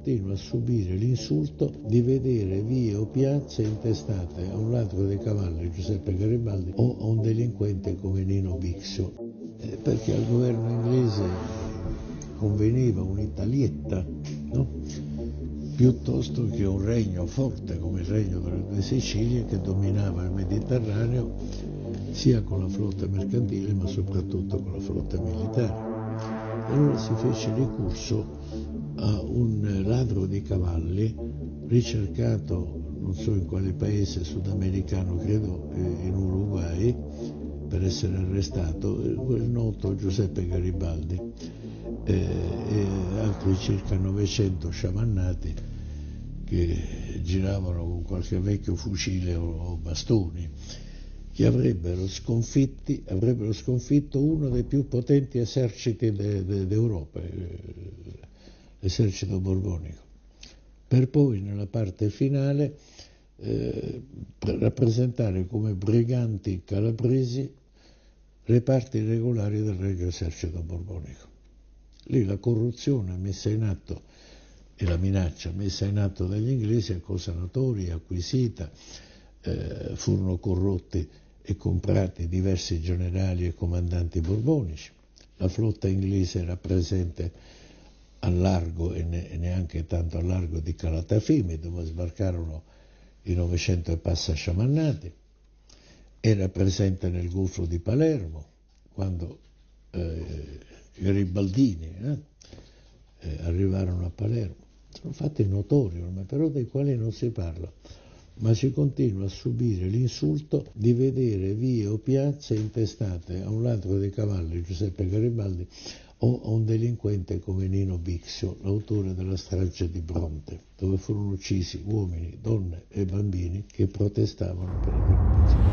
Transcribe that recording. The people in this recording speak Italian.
continua a subire l'insulto di vedere vie o piazze intestate a un ladro dei cavalli, Giuseppe Garibaldi, o a un delinquente come Nino Bixio, perché al governo inglese conveniva un'Italietta, no? Piuttosto che un regno forte come il regno delle due Sicilie che dominava il Mediterraneo sia con la flotta mercantile ma soprattutto con la flotta militare. Allora si fece ricorso a un ladro di cavalli ricercato non so in quale paese sudamericano, credo in Uruguay, per essere arrestato, quel noto Giuseppe Garibaldi e altri circa 900 sciamannati che giravano con qualche vecchio fucile o bastoni, che avrebbero sconfitto uno dei più potenti eserciti d'Europa, l'esercito borbonico, per poi nella parte finale rappresentare come briganti calabresi le parti regolari del Regio Esercito Borbonico. Lì la corruzione messa in atto e la minaccia messa in atto dagli inglesi è cosa notoria, acquisita, furono corrotti e comprati diversi generali e comandanti borbonici. La flotta inglese era presente al largo e neanche tanto al largo di Calatafimi, dove sbarcarono i 900 e passa sciamannati. Era presente nel Golfo di Palermo, quando i garibaldini arrivarono a Palermo. Sono fatti notori ormai, però dei quali non si parla. Ma si continua a subire l'insulto di vedere vie o piazze intestate a un ladro dei cavalli, Giuseppe Garibaldi, o a un delinquente come Nino Bixio, l'autore della strage di Bronte, dove furono uccisi uomini, donne e bambini che protestavano per la democrazia.